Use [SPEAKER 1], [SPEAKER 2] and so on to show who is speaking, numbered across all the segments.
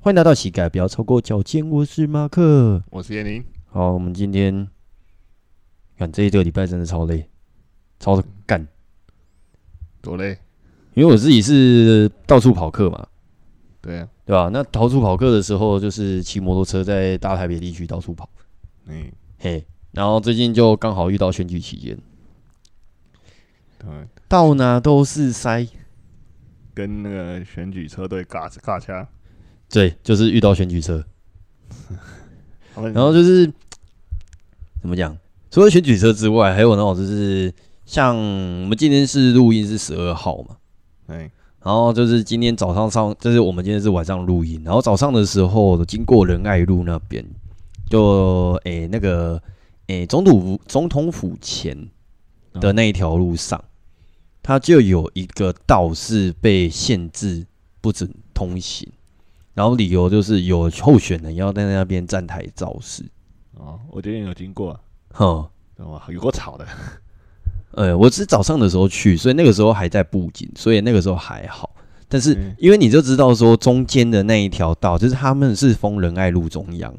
[SPEAKER 1] 欢迎来到膝盖不要超过脚尖，我是马克，
[SPEAKER 2] 我是燕宁。
[SPEAKER 1] 好，我们今天看这一个礼拜真的超累，超干，
[SPEAKER 2] 多累？
[SPEAKER 1] 因为我自己是到处跑课嘛，
[SPEAKER 2] 对啊，
[SPEAKER 1] 对吧？那到处跑课的时候，就是骑摩托车在大台北地区到处跑，嘿，然后最近就刚好遇到选举期间，到哪都是塞，
[SPEAKER 2] 跟那个选举车队尬掐，
[SPEAKER 1] 对，就是遇到选举车，然后就是怎么讲？除了选举车之外，还有那种就是像我们今天是录音是12号嘛，然后就是今天早上就是我们今天是晚上录音，然后早上的时候经过仁爱路那边，就那个总统府前的那一条路上，它就有一个道是被限制不准通行，然后理由就是有候选人要在那边站台造势。
[SPEAKER 2] 哦，我今天有经过，有够吵的。
[SPEAKER 1] 我是早上的时候去，所以那个时候还在布景，所以那个时候还好。但是因为你就知道说中间的那一条道，就是他们是封仁爱路中央。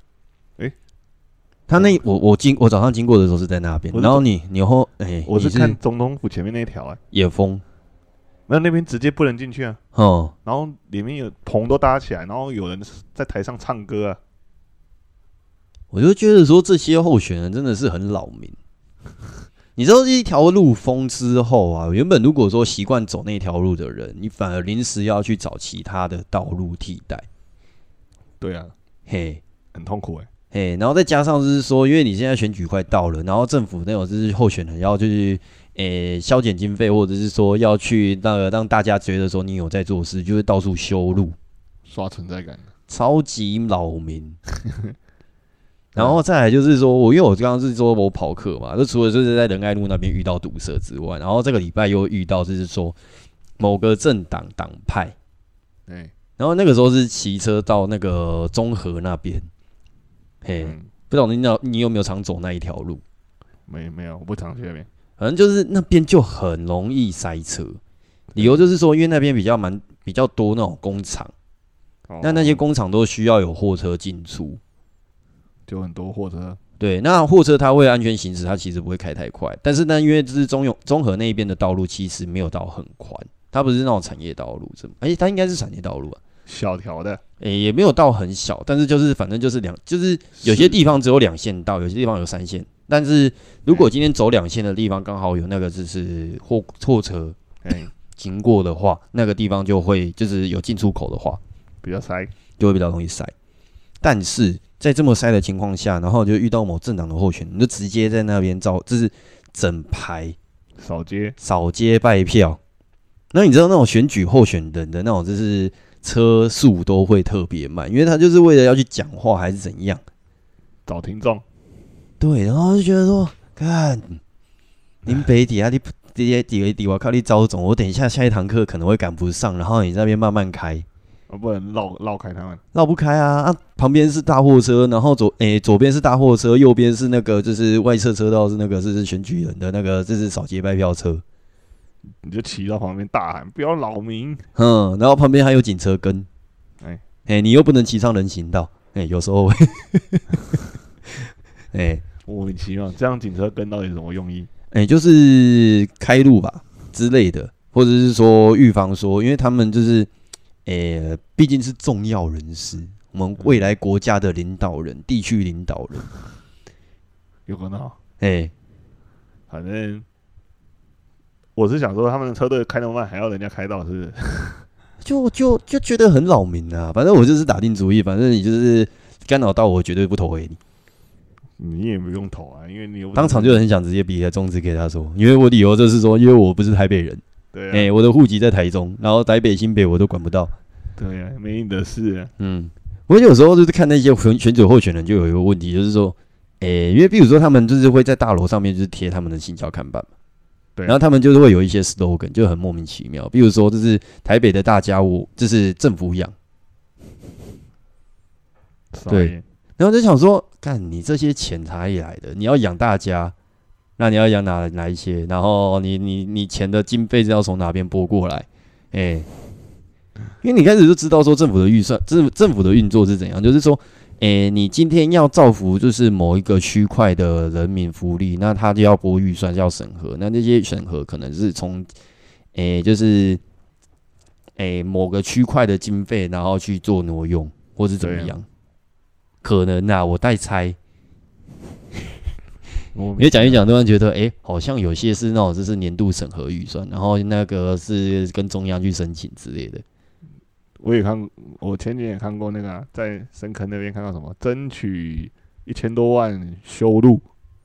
[SPEAKER 1] 他那我早上经过的时候是在那边，然后你后
[SPEAKER 2] 我是看总统府前面那条
[SPEAKER 1] 也封，
[SPEAKER 2] 那边直接不能进去啊。然后里面有棚都搭起来，然后有人在台上唱歌啊。
[SPEAKER 1] 我就觉得说这些候选人真的是很扰民。你知道这一条路封之后啊，原本如果说习惯走那条路的人，你反而临时要去找其他的道路替代。
[SPEAKER 2] 对啊，
[SPEAKER 1] 嘿，
[SPEAKER 2] 很痛苦
[SPEAKER 1] 然后再加上就是说，因为你现在选举快到了，然后政府那种就是候选人要去削减经费，或者是说要去那个让大家觉得说你有在做事，就是到处修路，
[SPEAKER 2] 刷存在感，
[SPEAKER 1] 超级扰民。然后再来就是说，因为我刚刚是说我跑课嘛，就除了就是在仁爱路那边遇到堵塞之外，然后这个礼拜又遇到就是说某个政党党派，然后那个时候是骑车到那个中和那边，不知道你有没有常走那一条路？
[SPEAKER 2] 没有，我不常去那边。
[SPEAKER 1] 反正就是那边就很容易塞车，理由就是说，因为那边比较多那种工厂，那些工厂都需要有货车进出。
[SPEAKER 2] 就很多货车，
[SPEAKER 1] 对，那货车它为了安全行驶，它其实不会开太快。但是呢，因为就是中和那边的道路其实没有到很宽，它不是那种产业道路，它应该是产业道路啊，
[SPEAKER 2] 小条的，
[SPEAKER 1] 也没有到很小，但是就是反正就是就是有些地方只有2线道，有些地方有3线。但是如果今天走2线的地方刚好有那个就是货车经过的话，那个地方就会就是有进出口的话，
[SPEAKER 2] 比较塞，
[SPEAKER 1] 就会比较容易塞。但是在这么塞的情况下，然后就遇到某政党的候选人，就直接在那边就是整排扫街拜票。那你知道那种选举候选人的那种就是车速都会特别慢，因为他就是为了要去讲话还是怎样，
[SPEAKER 2] 找听众。
[SPEAKER 1] 对，然后就觉得说，看林北底下你底我靠你招总，我等一下一堂课可能会赶不上，然后你在那边慢慢开。
[SPEAKER 2] 我不能绕开他们，
[SPEAKER 1] 绕不开啊！旁边是大货车，然后左边是大货车，右边是那个就是外侧车道是那个是选举人的那个就是扫街拜票车，
[SPEAKER 2] 你就骑到旁边大喊不要扰民，
[SPEAKER 1] 然后旁边还有警车跟，你又不能骑上人行道，有时候会，
[SPEAKER 2] 莫名其妙，这样警车跟到底有什么用意？
[SPEAKER 1] 就是开路吧之类的，或者是说预防说，因为他们就是。毕竟是重要人士，我们未来国家的领导人、地区领导人，
[SPEAKER 2] 有可能。
[SPEAKER 1] 反
[SPEAKER 2] 正我是想说，他们的车队开那么慢，还要人家开到，是不是？
[SPEAKER 1] 就觉得很扰民啊。反正我就是打定主意，反正你就是干扰到我，绝对不投给你。
[SPEAKER 2] 你也不用投啊，因为你有
[SPEAKER 1] 当场就很想直接比个中指给他说，因为我理由就是说，因为我不是台北人。
[SPEAKER 2] 对啊，
[SPEAKER 1] 我的户籍在台中，然后台北、新北我都管不到。
[SPEAKER 2] 对啊，没你的事啊。
[SPEAKER 1] 我有时候就是看那些选举候选人，就有一个问题，就是说，因为比如说他们就是会在大楼上面就是贴他们的行销看板嘛，
[SPEAKER 2] 对，
[SPEAKER 1] 然后他们就是会有一些 slogan， 就很莫名其妙。比如说，就是台北的大家务，就是政府养。对，然后就想说，干你这些钱哪里来的？你要养大家。那你要养哪一些？然后你钱的经费是要从哪边拨过来？ 因为你开始就知道说政府的预算，政府的运作是怎样，就是说，你今天要造福就是某一个区块的人民福利，那他就要拨预算要审核，那些审核可能是从，就是某个区块的经费，然后去做挪用，或是怎么样，可能啊，我代猜。因为讲一讲，突然觉得，好像有些是那种就是年度审核预算，然后那个是跟中央去申请之类的。
[SPEAKER 2] 我也看，我前几年也看过那个、在深坑那边看到什么，争取1000多万修路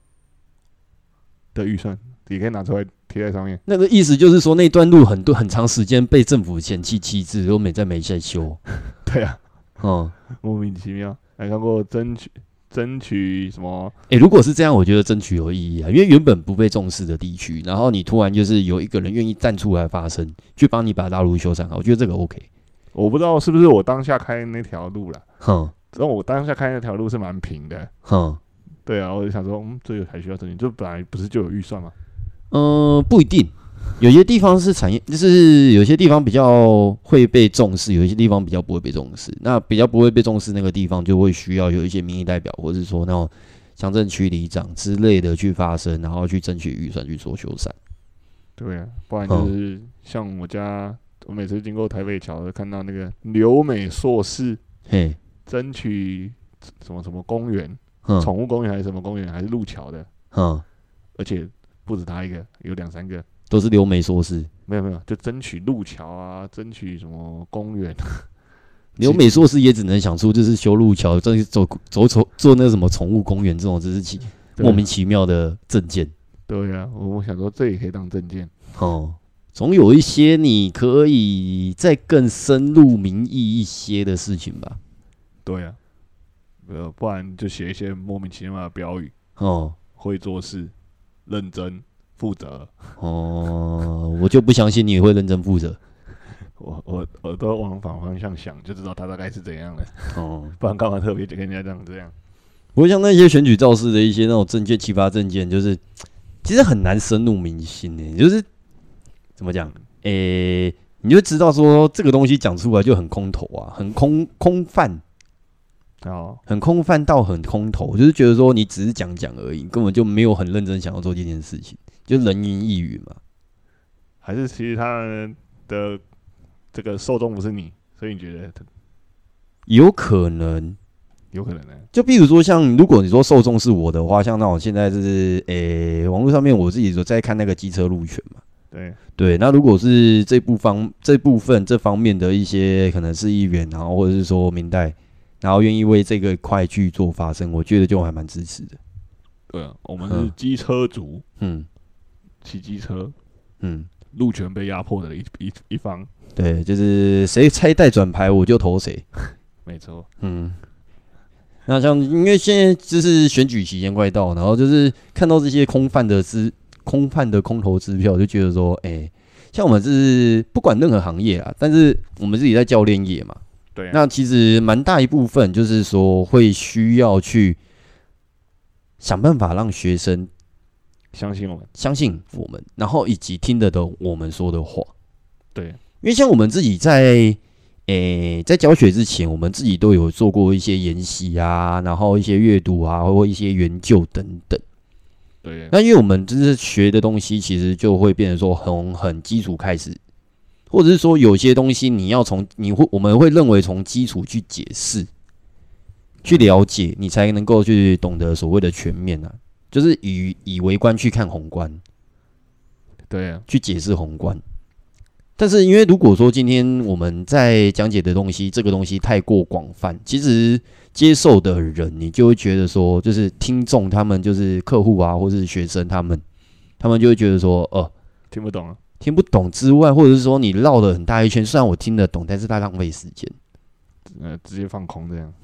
[SPEAKER 2] 的预算，也可以拿出来贴在上面。
[SPEAKER 1] 那个意思就是说，那段路很长时间被政府嫌弃弃置，都没在修。
[SPEAKER 2] 对啊，莫名其妙。还看过争取什么？
[SPEAKER 1] 如果是这样，我觉得争取有意义啊，因为原本不被重视的地区，然后你突然就是有一个人愿意站出来发声，去帮你把大路修缮好，我觉得这个 OK。
[SPEAKER 2] 我不知道是不是我当下开那条路啦，然后我当下开那条路是蛮平的，对啊，我就想说，这个还需要争取，就本来不是就有预算吗？
[SPEAKER 1] 不一定。有些地方是产业，就是有些地方比较会被重视，有些地方比较不会被重视。那比较不会被重视那个地方，就会需要有一些民意代表，或者是说那种乡镇区里长之类的去发声，然后去争取预算去做修缮。对
[SPEAKER 2] 啊，不然就是像我每次经过台北桥，看到那个留美硕士，争取什么什么公园，宠物公园还是什么公园，还是路桥的，而且不止他一个，有2、3个。
[SPEAKER 1] 都是留美硕士，
[SPEAKER 2] 没有，就争取路桥啊，争取什么公园。
[SPEAKER 1] 留美硕士也只能想出就是修路桥，做那个什么宠物公园这种，只是莫名其妙的政见。
[SPEAKER 2] 对啊，我想说这也可以当政见。
[SPEAKER 1] 总有一些你可以再更深入民意一些的事情吧。
[SPEAKER 2] 对啊，不然就写一些莫名其妙的标语。会做事，认真。负责
[SPEAKER 1] 我就不相信你会认真负责。
[SPEAKER 2] 我都往反方向想，就知道他大概是怎样的。不然干嘛特别跟人家这样？
[SPEAKER 1] 不过像那些选举造势的一些那种政见、启发政见，就是其实很难深入民心呢。就是怎么讲？你就知道说这个东西讲出来就很空头啊，很空泛。很空泛到很空头，就是觉得说你只是讲而已，根本就没有很认真想要做这件事情，就人云亦云嘛。
[SPEAKER 2] 还是其实他的这个受众不是你，所以你觉得
[SPEAKER 1] 有可能
[SPEAKER 2] 呢？
[SPEAKER 1] 就比如说像如果你说受众是我的话，像那我现在就是网络上面我自己在看那个机车路权嘛。对，那如果是这部分这方面的一些可能是议员，然后或者是说民代。然后愿意为这个块去做发声，我觉得就还蛮支持的。
[SPEAKER 2] 对啊，我们是机车族，骑机车，路权被压迫的一方。
[SPEAKER 1] 对，就是谁拆带转牌我就投谁。
[SPEAKER 2] 没错。
[SPEAKER 1] 那像因为现在就是选举期间快到，然后就是看到这些空泛的空头支票，就觉得说，像我们是不管任何行业啊，但是我们自己在教练业嘛。
[SPEAKER 2] 对，
[SPEAKER 1] 那其实蛮大一部分就是说会需要去想办法让学生
[SPEAKER 2] 相信我们，
[SPEAKER 1] 然后以及听得懂我们说的话。
[SPEAKER 2] 对，
[SPEAKER 1] 因为像我们自己在教学之前，我们自己都有做过一些研习啊，然后一些阅读啊，或一些研究等等。
[SPEAKER 2] 对，
[SPEAKER 1] 那因为我们就是学的东西，其实就会变成说很基础开始。或者是说有些东西你要我们会认为从基础去解释、去了解，你才能够去懂得所谓的全面啊，就是以微观去看宏观，
[SPEAKER 2] 对啊，
[SPEAKER 1] 去解释宏观。但是因为如果说今天我们在讲解的东西，这个东西太过广泛，其实接受的人你就会觉得说，就是听众他们就是客户啊，或是学生他们就会觉得说，
[SPEAKER 2] 听不懂啊。
[SPEAKER 1] 听不懂之外，或者是说你绕了很大一圈，虽然我听得懂，但是它浪费时间，
[SPEAKER 2] 直接放空这样，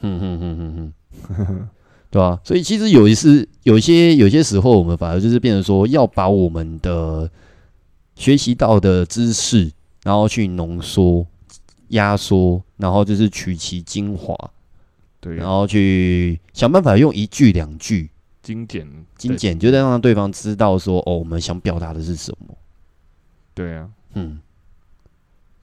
[SPEAKER 1] 对吧？所以其实有些时候，我们反而就是变成说，要把我们的学习到的知识，然后去浓缩、压缩，然后就是取其精华，
[SPEAKER 2] 对，
[SPEAKER 1] 然后去想办法用1句2句
[SPEAKER 2] 精简，
[SPEAKER 1] 就让对方知道说，我们想表达的是什么。
[SPEAKER 2] 对啊，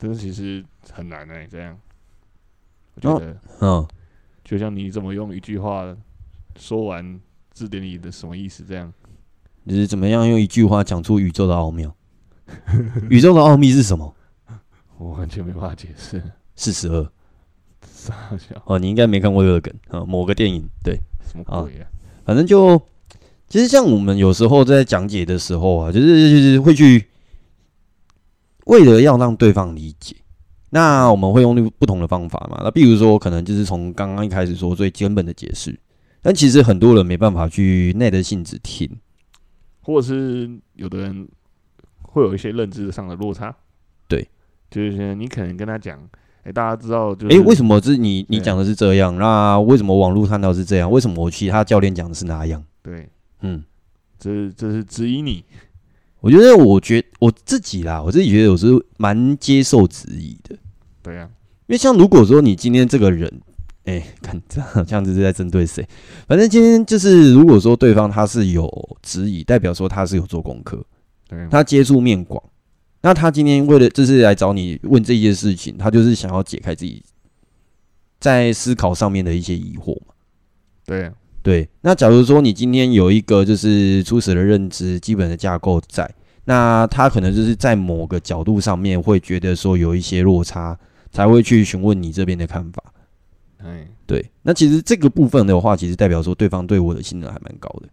[SPEAKER 2] 但是其实很难这样，我觉得，就像你怎么用一句话说完字典里的什么意思这样，
[SPEAKER 1] 就是怎么样用一句话讲出宇宙的奥妙。宇宙的奥秘是什么？
[SPEAKER 2] 我完全没办法解释。
[SPEAKER 1] 42。哦，你应该没看过这个梗啊，某个电影，对，
[SPEAKER 2] 什么鬼啊？
[SPEAKER 1] 反正就，其实像我们有时候在讲解的时候啊，就是会去为了要让对方理解，那我们会用不同的方法嘛。那比如说，可能就是从刚刚一开始说最根本的解释，但其实很多人没办法去耐着性子听，
[SPEAKER 2] 或者是有的人会有一些认知上的落差。
[SPEAKER 1] 对，
[SPEAKER 2] 就是你可能跟他讲。大家知道就是
[SPEAKER 1] 为什么你讲的是这样？那为什么网络看到是这样？为什么我其他教练讲的是那样？
[SPEAKER 2] 对，这是质疑你。
[SPEAKER 1] 我觉得我自己觉得我是蛮接受质疑的。
[SPEAKER 2] 对啊，
[SPEAKER 1] 因为像如果说你今天这个人，看这样子是在针对谁？反正今天就是如果说对方他是有质疑，代表说他是有做功课，他接触面广。那他今天为了就是来找你问这件事情，他就是想要解开自己在思考上面的一些疑惑嘛。对。那假如说你今天有一个就是初始的认知、基本的架构在，那他可能就是在某个角度上面会觉得说有一些落差，才会去询问你这边的看法。对。那其实这个部分的话，其实代表说对方对我的信任还蛮高的。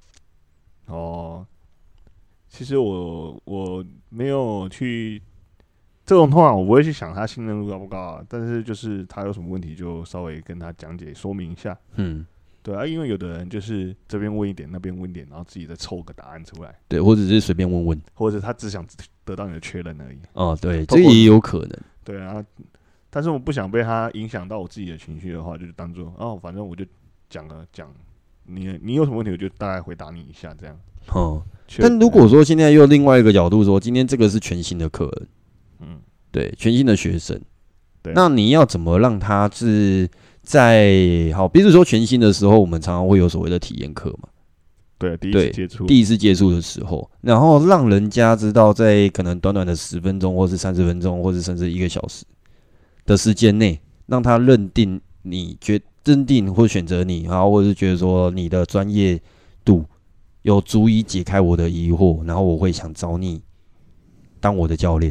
[SPEAKER 2] 其实我没有去这种通常我不会去想他信任度高不高啊，但是就是他有什么问题就稍微跟他讲解说明一下。对啊，因为有的人就是这边问一点，那边问一点，然后自己再凑个答案出来。
[SPEAKER 1] 对，或者是随便问问，
[SPEAKER 2] 或者他只想得到你的确认而已。
[SPEAKER 1] 对，这也有可能。
[SPEAKER 2] 对啊，但是我不想被他影响到我自己的情绪的话，就当做反正我就讲你有什么问题，我就大概回答你一下这样。
[SPEAKER 1] 但如果说现在又另外一个角度说，今天这个是全新的客人，对，全新的学生，那你要怎么让他是在比如说全新的时候，我们常常会有所谓的体验课嘛，
[SPEAKER 2] 对，第一次接触
[SPEAKER 1] 的时候，然后让人家知道在可能短短的10分钟，或是30分钟，或是甚至1个小时的时间内，让他认定或选择你，然后或者是觉得说你的专业度有足以解开我的疑惑，然后我会想找你当我的教练。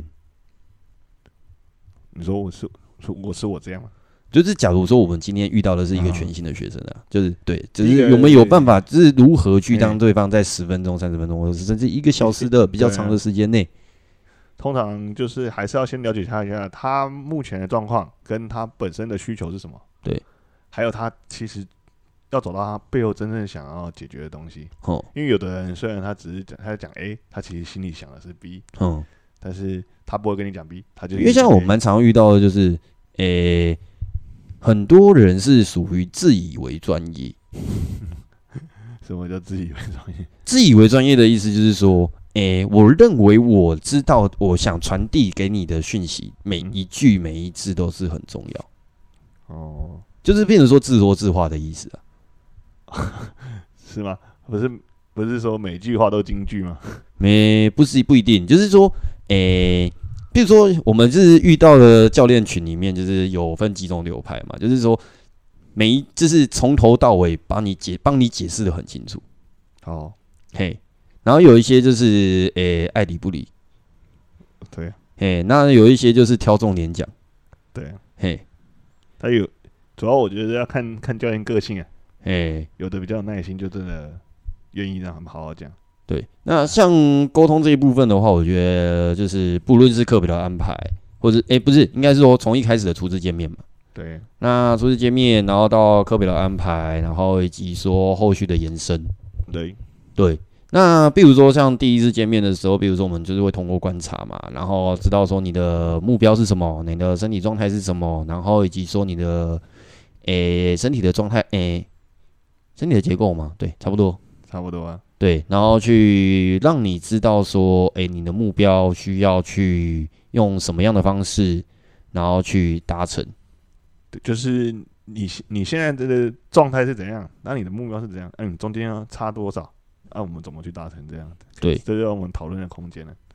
[SPEAKER 2] 你说我是我这样吗？
[SPEAKER 1] 就是假如说我们今天遇到的是一个全新的学生啊，就是对，就是我们有办法，就是如何去让对方在10分钟、30分钟，或者甚至1个小时的比较长的时间内，
[SPEAKER 2] 通常就是还是要先了解一下他目前的状况，跟他本身的需求是什么。
[SPEAKER 1] 对，
[SPEAKER 2] 还有他其实要找到他背后真正想要解决的东西。因为有的人虽然他只是他在讲 A， 他其实心里想的是 B。但是他不会跟你讲 B， 他就因
[SPEAKER 1] 为像我蛮常遇到的就是，很多人是属于自以为专业。
[SPEAKER 2] 什么叫自以为专业？
[SPEAKER 1] 自以为专业的意思就是说，我认为我知道我想传递给你的讯息，每一句每一字都是很重要。就是变成说自说自话的意思
[SPEAKER 2] 啊？是吗？不是说每句话都金句吗？
[SPEAKER 1] 不一定，就是说，比如说我们就是遇到的教练群里面，就是有分几种流派嘛，就是说就是从头到尾帮你解释的很清楚。然后有一些就是爱理不理。
[SPEAKER 2] 对。
[SPEAKER 1] 那有一些就是挑重点讲。
[SPEAKER 2] 对。他主要我觉得要看教练个性啊。有的比较有耐心，就真的愿意让他们好好讲。
[SPEAKER 1] 对，那像沟通这一部分的话，我觉得就是不论是课表的安排，或者不是，应该是说从一开始的初次见面嘛。
[SPEAKER 2] 对。
[SPEAKER 1] 那初次见面，然后到课表的安排，然后以及说后续的延伸。对。那比如说像第一次见面的时候，比如说我们就是会通过观察嘛，然后知道说你的目标是什么，你的身体状态是什么，然后以及说你的身体的状态，身体的结构嘛，对，差不多
[SPEAKER 2] 啊。
[SPEAKER 1] 对，然后去让你知道说，你的目标需要去用什么样的方式，然后去达成。
[SPEAKER 2] 对，就是你现在的状态是怎样，那你的目标是怎样，你中间要差多少，我们怎么去达成这样的？
[SPEAKER 1] 对，
[SPEAKER 2] 这就是我们讨论的空间了。
[SPEAKER 1] 对，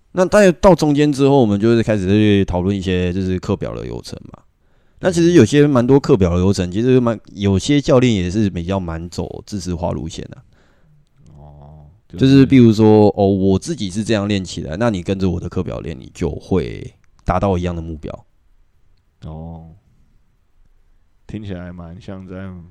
[SPEAKER 1] 那大概到中间之后，我们就是开始去讨论一些就是课表的流程嘛。那其实有些蛮多课表的流程，其实有些教练也是比较蛮走知识化路线的。就是比如说我自己是这样练起来，那你跟着我的课表练，你就会达到一样的目标。
[SPEAKER 2] 听起来蛮像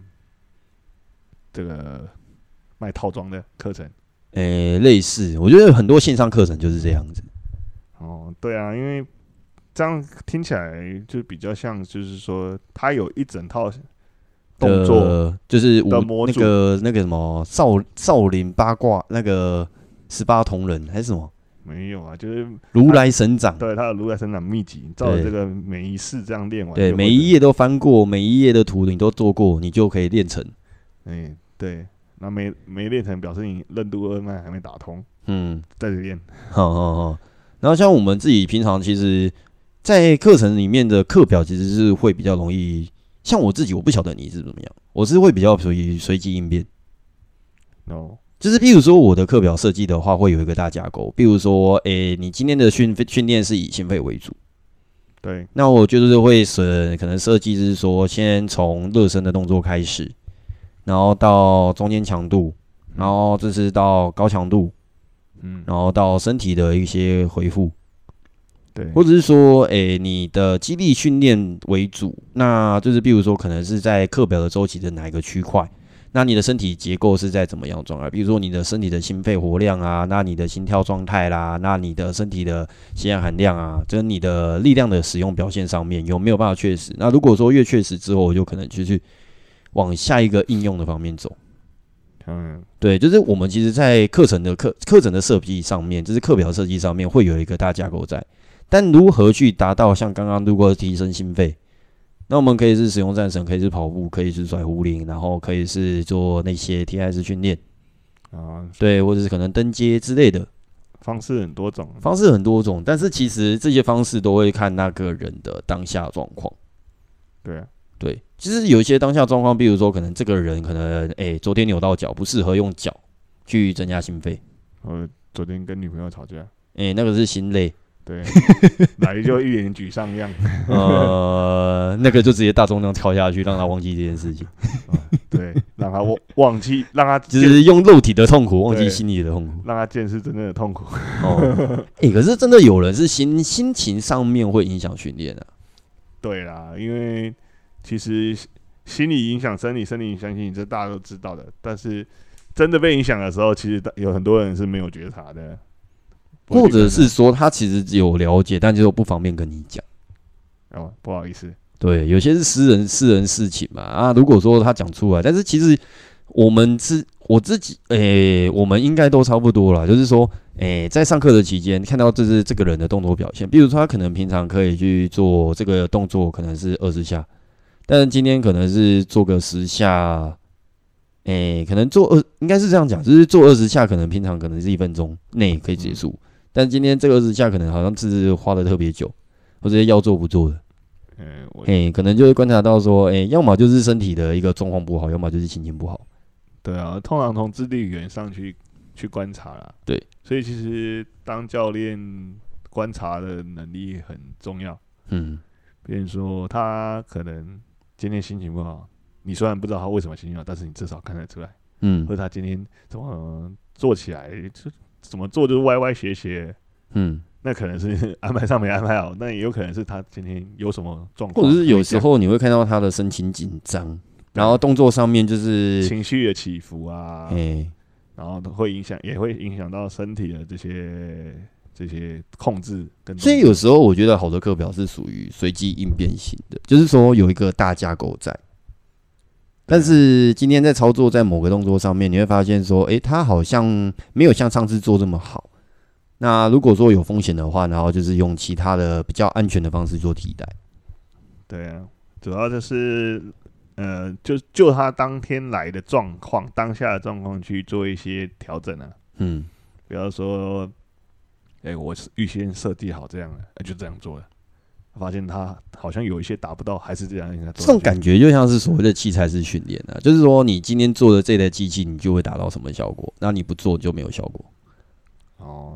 [SPEAKER 2] 这个卖套装的课程。
[SPEAKER 1] 类似，我觉得很多线上课程就是这样子。
[SPEAKER 2] 对啊，因为这样听起来就比较像，就是说它有一整套动作，
[SPEAKER 1] 就是
[SPEAKER 2] 那
[SPEAKER 1] 个什么少林八卦那个18铜人还是什么？
[SPEAKER 2] 没有啊，就是
[SPEAKER 1] 如来神掌。
[SPEAKER 2] 对，他的如来神掌秘籍，照着这个每一式这样练完。
[SPEAKER 1] 对，每一页都翻过，每一页的图你都做过，你就可以练成。
[SPEAKER 2] 对，那没练成，表示你任督二脉还没打通。再练。
[SPEAKER 1] 然后像我们自己平常其实，在课程里面的课表其实是会比较容易。像我自己，我不晓得你是怎么样，我是会比较属于随机应变。就是比如说我的课表设计的话，会有一个大架构。比如说，你今天的训练是以心肺为主，
[SPEAKER 2] 对，
[SPEAKER 1] 那我就是会可能设计是说，先从热身的动作开始，然后到中间强度，然后这是到高强度，然后到身体的一些恢复。
[SPEAKER 2] 对，
[SPEAKER 1] 或者是说，你的肌力训练为主，那就是比如说，可能是在课表的周期的哪一个区块，那你的身体结构是在怎么样的状态？比如说你的身体的心肺活量啊，那你的心跳状态啦，那你的身体的血氧含量啊，跟你的力量的使用表现上面有没有办法确实？那如果说越确实之后，我就可能去往下一个应用的方面走。对，就是我们其实在课程的设计上面，就是课表设计上面会有一个大架构在。但如何去达到像刚刚如果提升心肺，那我们可以是使用战绳，可以是跑步，可以是甩壶铃，然后可以是做那些 TIS 训练对，或者是可能登阶之类的
[SPEAKER 2] 方式很多种，
[SPEAKER 1] 但是其实这些方式都会看那个人的当下状况。对，其实有一些当下状况，比如说可能这个人可能昨天扭到脚，不适合用脚去增加心肺。
[SPEAKER 2] 昨天跟女朋友吵架，
[SPEAKER 1] 那个是心累。
[SPEAKER 2] 对，来就一脸沮丧样。
[SPEAKER 1] 那个就直接大重量跳下去，让他忘记这件事情。
[SPEAKER 2] 对，让他忘记，让他
[SPEAKER 1] 就是用肉体的痛苦忘记心理的痛苦，
[SPEAKER 2] 让他见识真正的痛苦。
[SPEAKER 1] 可是真的有人是心情上面会影响训练啊。
[SPEAKER 2] 对啦，因为其实心理影响生理，生理影响心理，这大家都知道的。但是真的被影响的时候，其实有很多人是没有觉察的。
[SPEAKER 1] 或者是说他其实有了解，但就是不方便跟你讲。
[SPEAKER 2] 不好意思。
[SPEAKER 1] 对，有些是私人事情嘛。如果说他讲出来，但是其实我自己，我们应该都差不多啦。就是说，在上课的期间看到这个人的动作表现，比如说他可能平常可以去做这个动作，可能是20下，但是今天可能是做个10下。可能应该是这样讲，就是做20下，可能平常可能是1分钟内可以结束。但今天这个20下可能好像是花的特别久，或者要做不做的，可能就会观察到说，要么就是身体的一个状况不好，要么就是心情不好。
[SPEAKER 2] 对啊，通常从肢体语言上去观察啦。
[SPEAKER 1] 对，
[SPEAKER 2] 所以其实当教练观察的能力很重要。比如说他可能今天心情不好，你虽然不知道他为什么心情好，但是你至少看得出来。或者他今天怎么做起来就怎么做就是歪歪斜斜，那可能是安排上没安排好，那也有可能是他今天有什么状况，
[SPEAKER 1] 或者是有时候你会看到他的神情紧张，然后动作上面就是
[SPEAKER 2] 情绪的起伏啊，然后也会影响到身体的这些控制跟。
[SPEAKER 1] 所以有时候我觉得好的课表是属于随机应变型的，就是说有一个大架构在。但是今天在操作在某个动作上面，你会发现说，他好像没有像上次做这么好。那如果说有风险的话，然后就是用其他的比较安全的方式做替代。
[SPEAKER 2] 对啊，主要就是就他当天来的状况，当下的状况去做一些调整啊。比方说，我预先设计好这样了，就这样做了。发现他好像有一些达不到，还是这样应该做。
[SPEAKER 1] 这种感觉就像是所谓的器材式训练啊，就是说你今天做的这台机器，你就会达到什么效果，那你不做就没有效果。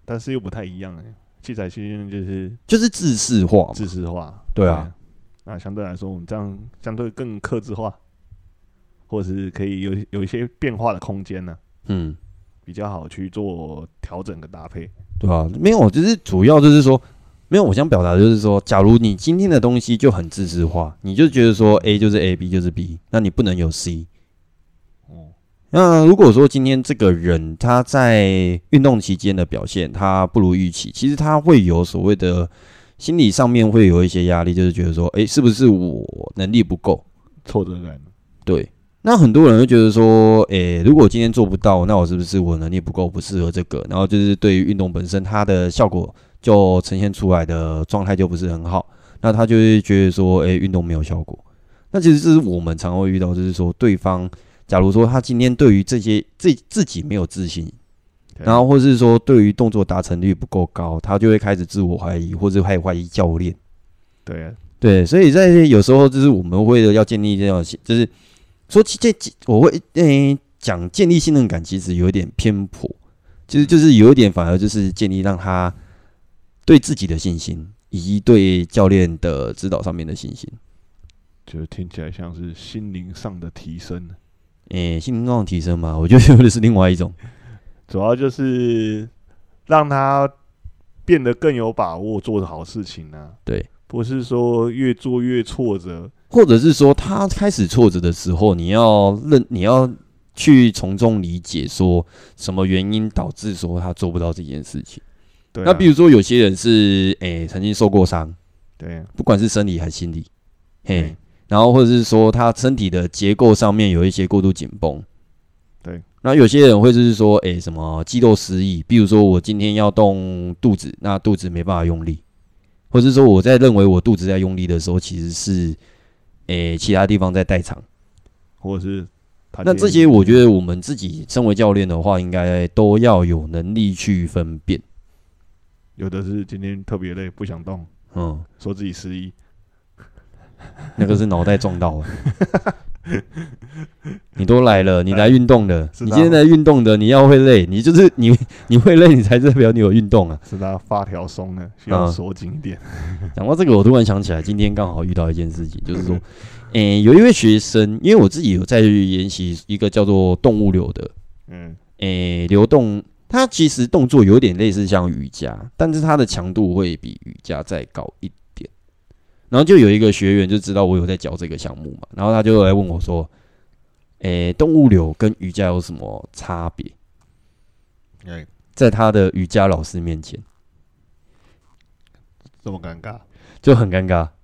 [SPEAKER 2] 但是又不太一样器材训练
[SPEAKER 1] 就是制式化，
[SPEAKER 2] 对啊。那相对来说，我们这样相对更客制化，或者是可以有一些变化的空间呢，比较好去做调整跟搭配，
[SPEAKER 1] 对啊，没有，就是主要就是说，没有，我想表达的就是说，假如你今天的东西就很制式化，你就觉得说 A 就是 A，B 就是 B， 那你不能有 C。那如果说今天这个人他在运动期间的表现他不如预期，其实他会有所谓的心理上面会有一些压力，就是觉得说，是不是我能力不够，
[SPEAKER 2] 挫折感。
[SPEAKER 1] 对，那很多人会觉得说，如果今天做不到，那我是不是我能力不够，不适合这个？然后就是对于运动本身，它的效果就呈现出来的状态就不是很好，那他就会觉得说，运动没有效果。那其实这是我们常会遇到，就是说对方。假如说他今天对于这些自己没有自信，然后或是说对于动作达成率不够高，他就会开始自我怀疑，或者开始怀疑教练。对，所以在有时候就是我们为了要建立这样，就是说我会讲建立信任感，其实有一点偏颇，其实就是有一点反而就是建立让他对自己的信心，以及对教练的指导上面的信心，
[SPEAKER 2] 就听起来像是心灵上的提升。
[SPEAKER 1] 心灵上的提升嘛，我觉得有的是另外一种，
[SPEAKER 2] 主要就是让他变得更有把握做好事情啊。
[SPEAKER 1] 对，
[SPEAKER 2] 不是说越做越挫折，
[SPEAKER 1] 或者是说他开始挫折的时候，你要去从中理解说什么原因导致说他做不到这件事情。
[SPEAKER 2] 对啊，
[SPEAKER 1] 那比如说有些人是曾经受过伤，
[SPEAKER 2] 对，
[SPEAKER 1] 不管是生理还是心理，然后或者是说他身体的结构上面有一些过度紧绷，
[SPEAKER 2] 对。
[SPEAKER 1] 那有些人会就是说，什么肌肉失忆，比如说我今天要动肚子，那肚子没办法用力，或者是说我在认为我肚子在用力的时候，其实是其他地方在代偿，
[SPEAKER 2] 或者是
[SPEAKER 1] 那这些我觉得我们自己身为教练的话，应该都要有能力去分辨。
[SPEAKER 2] 有的是今天特别累不想动，说自己失忆。
[SPEAKER 1] 那个是脑袋撞到了。你都来了，你来运动的，你今天来运动的，你要会累，你就是你会累，你才代表你有运动啊。
[SPEAKER 2] 是他发条松了，需要锁紧一点。
[SPEAKER 1] 讲到这个，我突然想起来，今天刚好遇到一件事情，就是说，有一位学生，因为我自己有在研习一个叫做动物流的，流动，它其实动作有点类似像瑜伽，但是它的强度会比瑜伽再高一点。然后就有一个学员就知道我有在教这个项目嘛，然后他就来问我说：“动物流跟瑜伽有什么差别？”在他的瑜伽老师面前，
[SPEAKER 2] 这么尴尬，
[SPEAKER 1] 就很尴尬。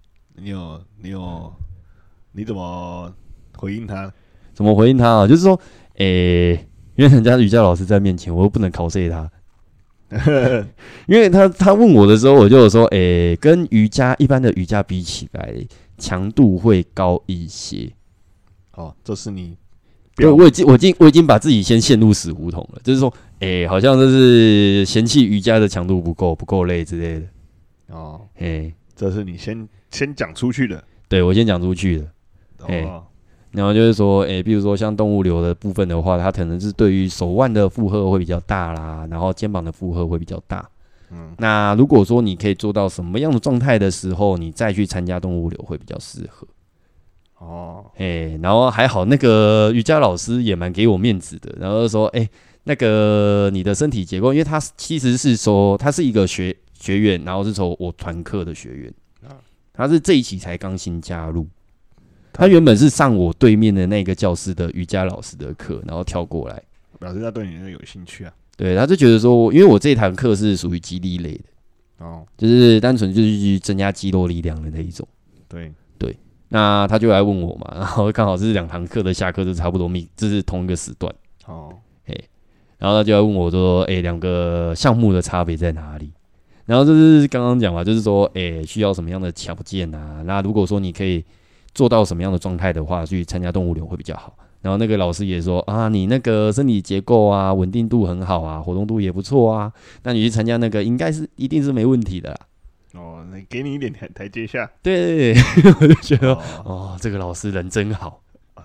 [SPEAKER 2] 你怎么回应他？
[SPEAKER 1] 怎么回应他啊？就是说，因为人家瑜伽老师在面前，我又不能cos他。因为他问我的时候，我就有说，跟一般的瑜伽比起来，强度会高一些。
[SPEAKER 2] 这是你，
[SPEAKER 1] 对，我已经把自己先陷入死胡同了，就是说，好像就是嫌弃瑜伽的强度不够累之类的。
[SPEAKER 2] 这是你先讲出去的，
[SPEAKER 1] 对，我先讲出去的。然后就是说，比如说像动物流的部分的话，它可能是对于手腕的负荷会比较大啦，然后肩膀的负荷会比较大。那如果说你可以做到什么样的状态的时候，你再去参加动物流会比较适合。然后还好那个瑜伽老师也蛮给我面子的，然后就说，那个你的身体结构，因为他其实是说他是一个学员，然后是从我团课的学员，他是这一期才刚新加入。他原本是上我对面的那个教室的瑜伽老师的课，然后跳过来，
[SPEAKER 2] 表示他对你有兴趣啊。
[SPEAKER 1] 对，他就觉得说，因为我这堂课是属于肌力类的，就是单纯就是去增加肌肉力量的那一种。
[SPEAKER 2] 对，
[SPEAKER 1] 那他就来问我嘛，然后刚好是2堂课的下课就差不多就是同一个时段。然后他就来问我说，2个项目的差别在哪里？然后就是刚刚讲嘛，就是说，需要什么样的条件啊？那如果说你可以做到什么样的状态的话，去参加动物流会比较好。然后那个老师也说啊，你那个身体结构啊，稳定度很好啊，活动度也不错啊，那你去参加那个一定是没问题的啦。
[SPEAKER 2] 给你一点台阶下。
[SPEAKER 1] 对，我就觉得这个老师人真好。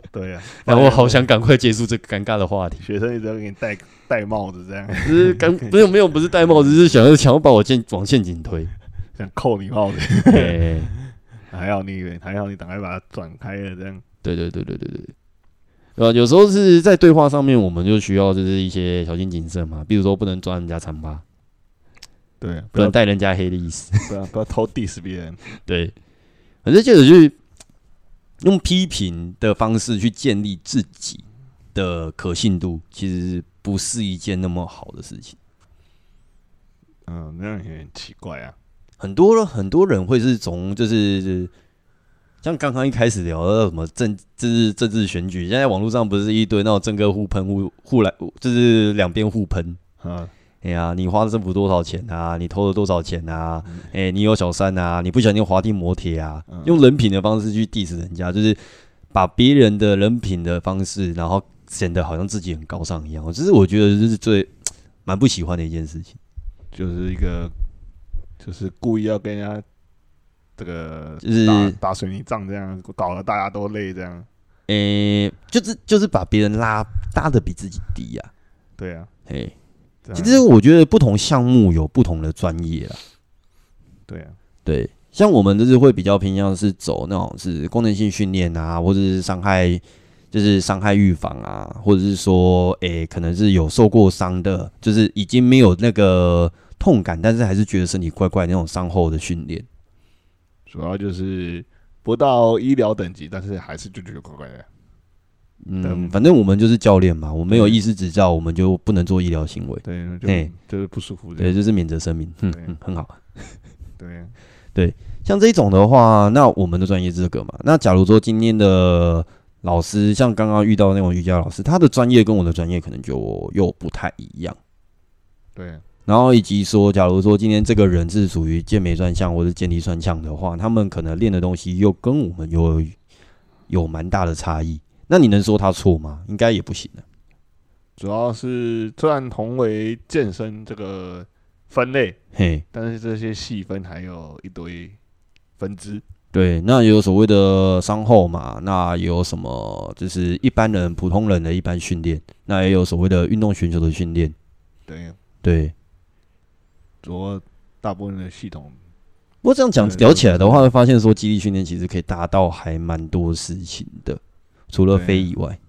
[SPEAKER 2] 对啊，
[SPEAKER 1] 然后我好想赶快结束这个尴尬的话题。
[SPEAKER 2] 学生一直要给你戴帽子这样，
[SPEAKER 1] 没有不是戴帽子，是想要把我往陷阱推，
[SPEAKER 2] 想扣你帽子。还好你赶快把它转开了这样。
[SPEAKER 1] 对。有时候是在对话上面，我们就需要就是一些小心谨慎嘛，比如说不能抓人家长疤，
[SPEAKER 2] 对啊，
[SPEAKER 1] 不能带人家黑的意思，
[SPEAKER 2] 不要偷 diss 别人。
[SPEAKER 1] 对，反正接着去用批评的方式去建立自己的可信度，其实不是一件那么好的事情。
[SPEAKER 2] 那样有点奇怪啊。
[SPEAKER 1] 很多人会是从就是像刚刚一开始聊到什么政治选举，现在网络上不是一堆那种政客互喷互来，就是两边互喷。哎呀，你花了政府多少钱啊？你偷了多少钱啊？你有小三啊？你不小心滑地摩铁啊？用人品的方式去 diss 人家，就是把别人的人品的方式，然后显得好像自己很高尚一样。这是我觉得就是蛮不喜欢的一件事情，
[SPEAKER 2] 就是故意要跟人家这个
[SPEAKER 1] 就是
[SPEAKER 2] 打水泥仗这样，搞得大家都累这样。
[SPEAKER 1] 就是把别人拉得比自己低啊。
[SPEAKER 2] 对啊，
[SPEAKER 1] 其实我觉得不同项目有不同的专业啦。
[SPEAKER 2] 对啊，
[SPEAKER 1] 对，像我们就是会比较偏向是走那种是功能性训练啊，或者是伤害预防啊，或者是说，可能是有受过伤的，就是已经没有那个痛感，但是还是觉得身体怪怪的那种伤后的训练。
[SPEAKER 2] 主要就是不到医疗等级，但是还是就觉得怪怪的。
[SPEAKER 1] 反正我们就是教练嘛，我们有医师执照，我们就不能做医疗行为。
[SPEAKER 2] 对，就是不舒服。
[SPEAKER 1] 对，就是免责声明。很好。
[SPEAKER 2] 对，
[SPEAKER 1] 像这种的话，那我们的专业是这个嘛？那假如说今天的老师，像刚刚遇到那种瑜伽老师，他的专业跟我的专业可能就又不太一样。
[SPEAKER 2] 对。
[SPEAKER 1] 然后以及说，假如说今天这个人是属于健美专项或者健力专项的话，他们可能练的东西又跟我们有蛮大的差异。那你能说他错吗？应该也不行的。
[SPEAKER 2] 主要是虽然同为健身这个分类，但是这些细分还有一堆分支。
[SPEAKER 1] 对，那也有所谓的伤后嘛，那也有什么就是一般人、普通人的一般训练，那也有所谓的运动选手的训练。对，
[SPEAKER 2] 主要大部分的系统。
[SPEAKER 1] 不过这样讲聊起来的话，会发现说肌力训练其实可以达到还蛮多事情的。除了飞以外，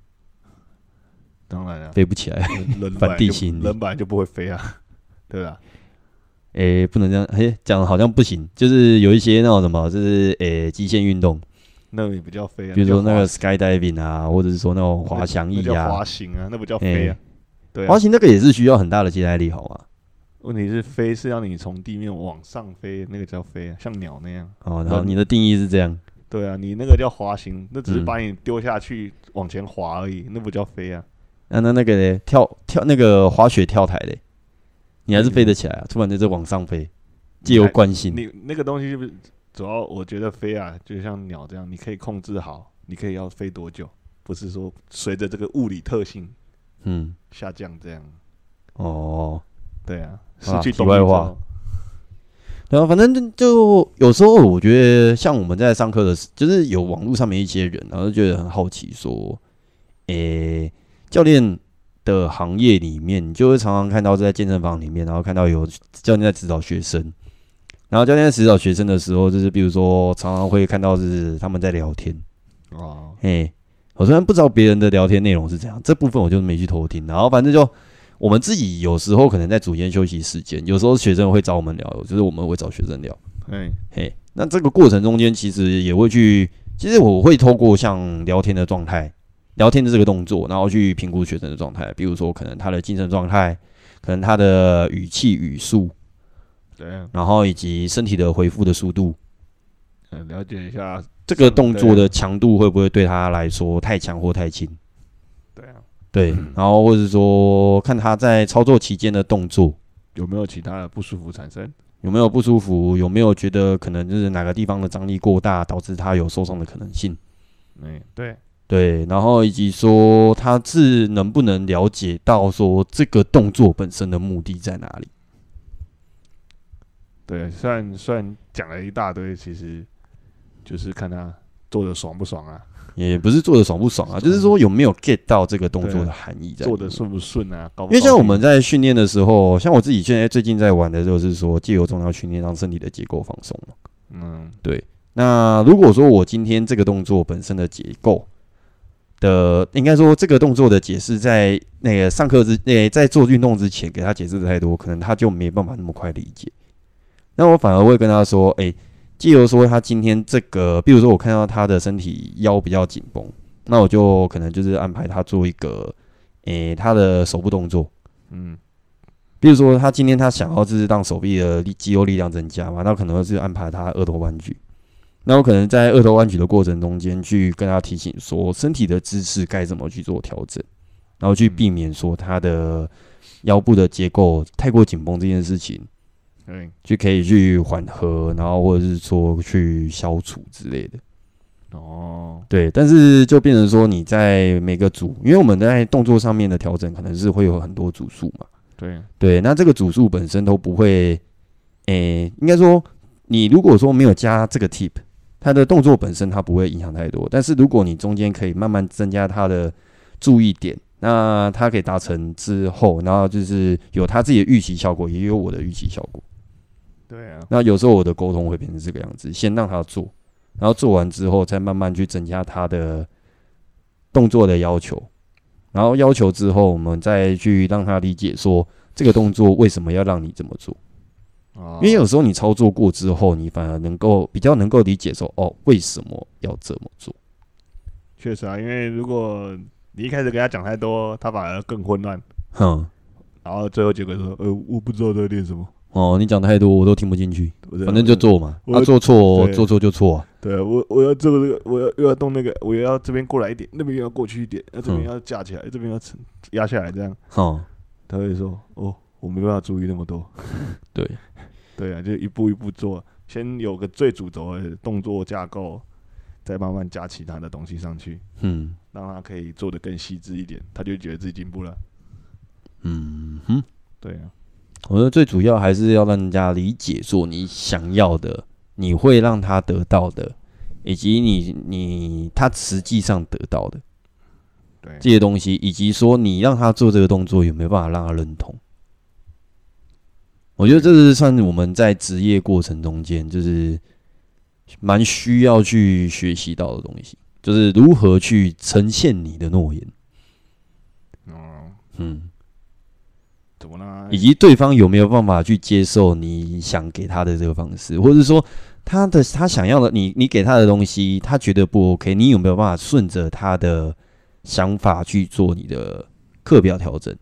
[SPEAKER 2] 当然了，
[SPEAKER 1] 飞不起来，反地心
[SPEAKER 2] 人本来就不会飞啊，对吧？
[SPEAKER 1] 不能这样，讲好像不行，就是有一些那种什么，就是极限运动，
[SPEAKER 2] 那也不叫飞啊，
[SPEAKER 1] 比如说那个 skydiving 啊，或者是说那种滑翔翼啊，
[SPEAKER 2] 滑行啊，那不叫飞啊。对啊，
[SPEAKER 1] 滑行那个也是需要很大的接待力，好吗？
[SPEAKER 2] 问题是飞是让你从地面往上飞，那个叫飞啊，像鸟那样。
[SPEAKER 1] 然后你的定义是这样。
[SPEAKER 2] 对啊，你那个叫滑行，那只是把你丢下去往前滑而已，那不叫飞啊。
[SPEAKER 1] 那个嘞，跳那个滑雪跳台嘞，你还是飞得起来啊？突然在这往上飞，借由惯性。
[SPEAKER 2] 你那个东西就是主要，我觉得飞啊，就像鸟这样，你可以控制好，你可以要飞多久，不是说随着这个物理特性下降这样。对啊，失去
[SPEAKER 1] 题外话。对啊，反正就有时候我觉得，像我们在上课的，就是有网络上面一些人，然后就觉得很好奇，说，教练的行业里面，你就会常常看到在健身房里面，然后看到有教练在指导学生，然后教练在指导学生的时候，就是比如说常常会看到就是他们在聊天，我虽然不知道别人的聊天内容是怎样，这部分我就没去偷听，然后反正就。我们自己有时候可能在组间休息时间，有时候学生会找我们聊，就是我们会找学生聊。那这个过程中间其实也会其实我会透过像聊天的状态，聊天的这个动作，然后去评估学生的状态，比如说可能他的精神状态，可能他的语气语速，然后以及身体的回复的速度，
[SPEAKER 2] 了解一下
[SPEAKER 1] 这个动作的强度会不会对他来说太强或太轻。对，然后或者说看他在操作期间的动作
[SPEAKER 2] 有没有其他的不舒服产生，
[SPEAKER 1] 有没有不舒服，有没有觉得可能就是哪个地方的张力过大，导致他有受伤的可能性。对，然后以及说他是能不能了解到说这个动作本身的目的在哪里。
[SPEAKER 2] 对，虽然讲了一大堆，其实就是看他做的爽不爽啊？
[SPEAKER 1] 也不是做的爽不爽啊，就是说有没有 get 到这个动作的含义在，
[SPEAKER 2] 做的顺不顺啊？高不高，
[SPEAKER 1] 因为像我们在训练的时候，像我自己现在最近在玩的就是说，借由重量训练让身体的结构放松嘛。对。那如果说我今天这个动作本身的结构的，应该说这个动作的解释，在那个上课在做运动之前给他解释的太多，可能他就没办法那么快理解。那我反而会跟他说，借由说他今天这个，比如说我看到他的身体腰比较紧绷，那我就可能就是安排他做一个，他的手部动作，比如说他今天他想要就是让手臂的肌肉力量增加嘛，那可能是安排他二头弯举。那我可能在二头弯举的过程中间去跟他提醒说，身体的姿势该怎么去做调整，然后去避免说他的腰部的结构太过紧绷这件事情。就可以去缓和，然后或者是说去消除之类的。对，但是就变成说你在每个组，因为我们在动作上面的调整可能是会有很多组数嘛。对，那这个组数本身都不会，应该说你如果说没有加这个 tip， 它的动作本身它不会影响太多。但是如果你中间可以慢慢增加它的注意点，那它可以达成之后，然后就是有它自己的预期效果，也有我的预期效果。
[SPEAKER 2] 对啊，
[SPEAKER 1] 那有时候我的沟通会变成这个样子，先让他做，然后做完之后再慢慢去增加他的动作的要求，然后要求之后，我们再去让他理解说这个动作为什么要让你这么做。因为有时候你操作过之后，你反而比较能够理解说，为什么要这么做。
[SPEAKER 2] 确实啊，因为如果你一开始给他讲太多，他反而更混乱。然后最后结果说，我不知道在练什么。
[SPEAKER 1] 你讲太多我都听不进去，反正就做嘛，做错就错啊。
[SPEAKER 2] 对，我要做这个，我又要动那个，我要这边过来一点，那边又要过去一点，这边要架起来，这边要压下来，这样。他会说，我没办法注意那么多。对啊，就一步一步做，先有个最主轴的动作架构，再慢慢加其他的东西上去，让他可以做得更细致一点，他就觉得自己进步了。对啊。
[SPEAKER 1] 我觉得最主要还是要让人家理解说你想要的，你会让他得到的，以及他实际上得到的这些东西，以及说你让他做这个动作有没有办法让他认同。我觉得这是算我们在职业过程中间就是蛮需要去学习到的东西，就是如何去呈现你的诺言。
[SPEAKER 2] 怎么呢？
[SPEAKER 1] 以及对方有没有办法去接受你想给他的这个方式，或者说他想要的你给他的东西，他觉得不 OK， 你有没有办法顺着他的想法去做你的课表调整，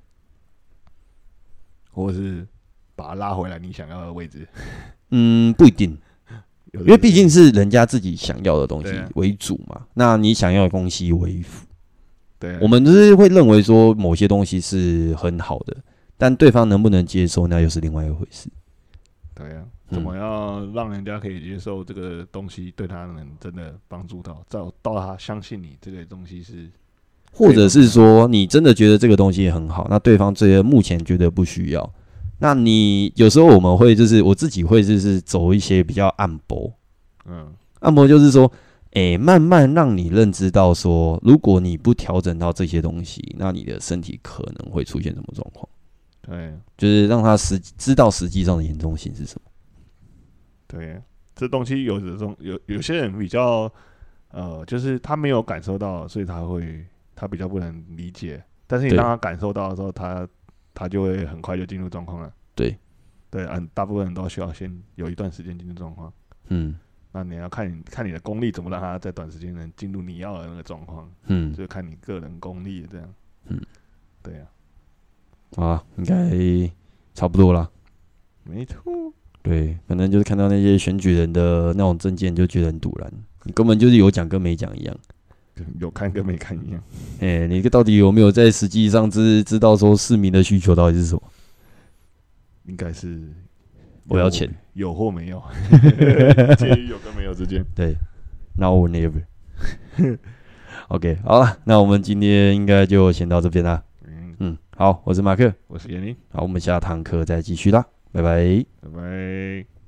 [SPEAKER 2] 或是把他拉回来你想要的位置？
[SPEAKER 1] 不一定，因为毕竟是人家自己想要的东西为主嘛，那你想要的东西为辅。我们就是会认为说某些东西是很好的。但对方能不能接受，那又是另外一回事。
[SPEAKER 2] 对啊，怎么样让人家可以接受这个东西，对他能真的帮助到他相信你这个东西是，
[SPEAKER 1] 或者是说你真的觉得这个东西很好，那对方目前觉得不需要，那你有时候我们会就是我自己会就是走一些比较暗搏，暗搏就是说，慢慢让你认知到说，如果你不调整到这些东西，那你的身体可能会出现什么状况。
[SPEAKER 2] 对，
[SPEAKER 1] 就是让他知道实际上的严重性是什么。
[SPEAKER 2] 对，这东西有些人比较就是他没有感受到，所以他比较不能理解。但是你让他感受到的时候，他就会很快就进入状况了。对，大部分人都需要先有一段时间进入状况。那你要看你的功力怎么让他在短时间能进入你要的那个状况。就是看你个人功力这样。对啊。
[SPEAKER 1] 啊，应该差不多啦。
[SPEAKER 2] 没错。
[SPEAKER 1] 对，反正就是看到那些选举人的那种政见，就觉得很突然。你根本就是有讲跟没讲一样，
[SPEAKER 2] 有看跟没看一样。
[SPEAKER 1] 你到底有没有在实际上知道说市民的需求到底是什么？
[SPEAKER 2] 应该是
[SPEAKER 1] 我要钱，
[SPEAKER 2] 有或没有，介于有跟没有之间。
[SPEAKER 1] 对 ，Now or never。OK， 好了，那我们今天应该就先到这边啦。好，我是马克，
[SPEAKER 2] 我是严林。
[SPEAKER 1] 好，我们下堂课再继续啦，拜拜，
[SPEAKER 2] 拜拜。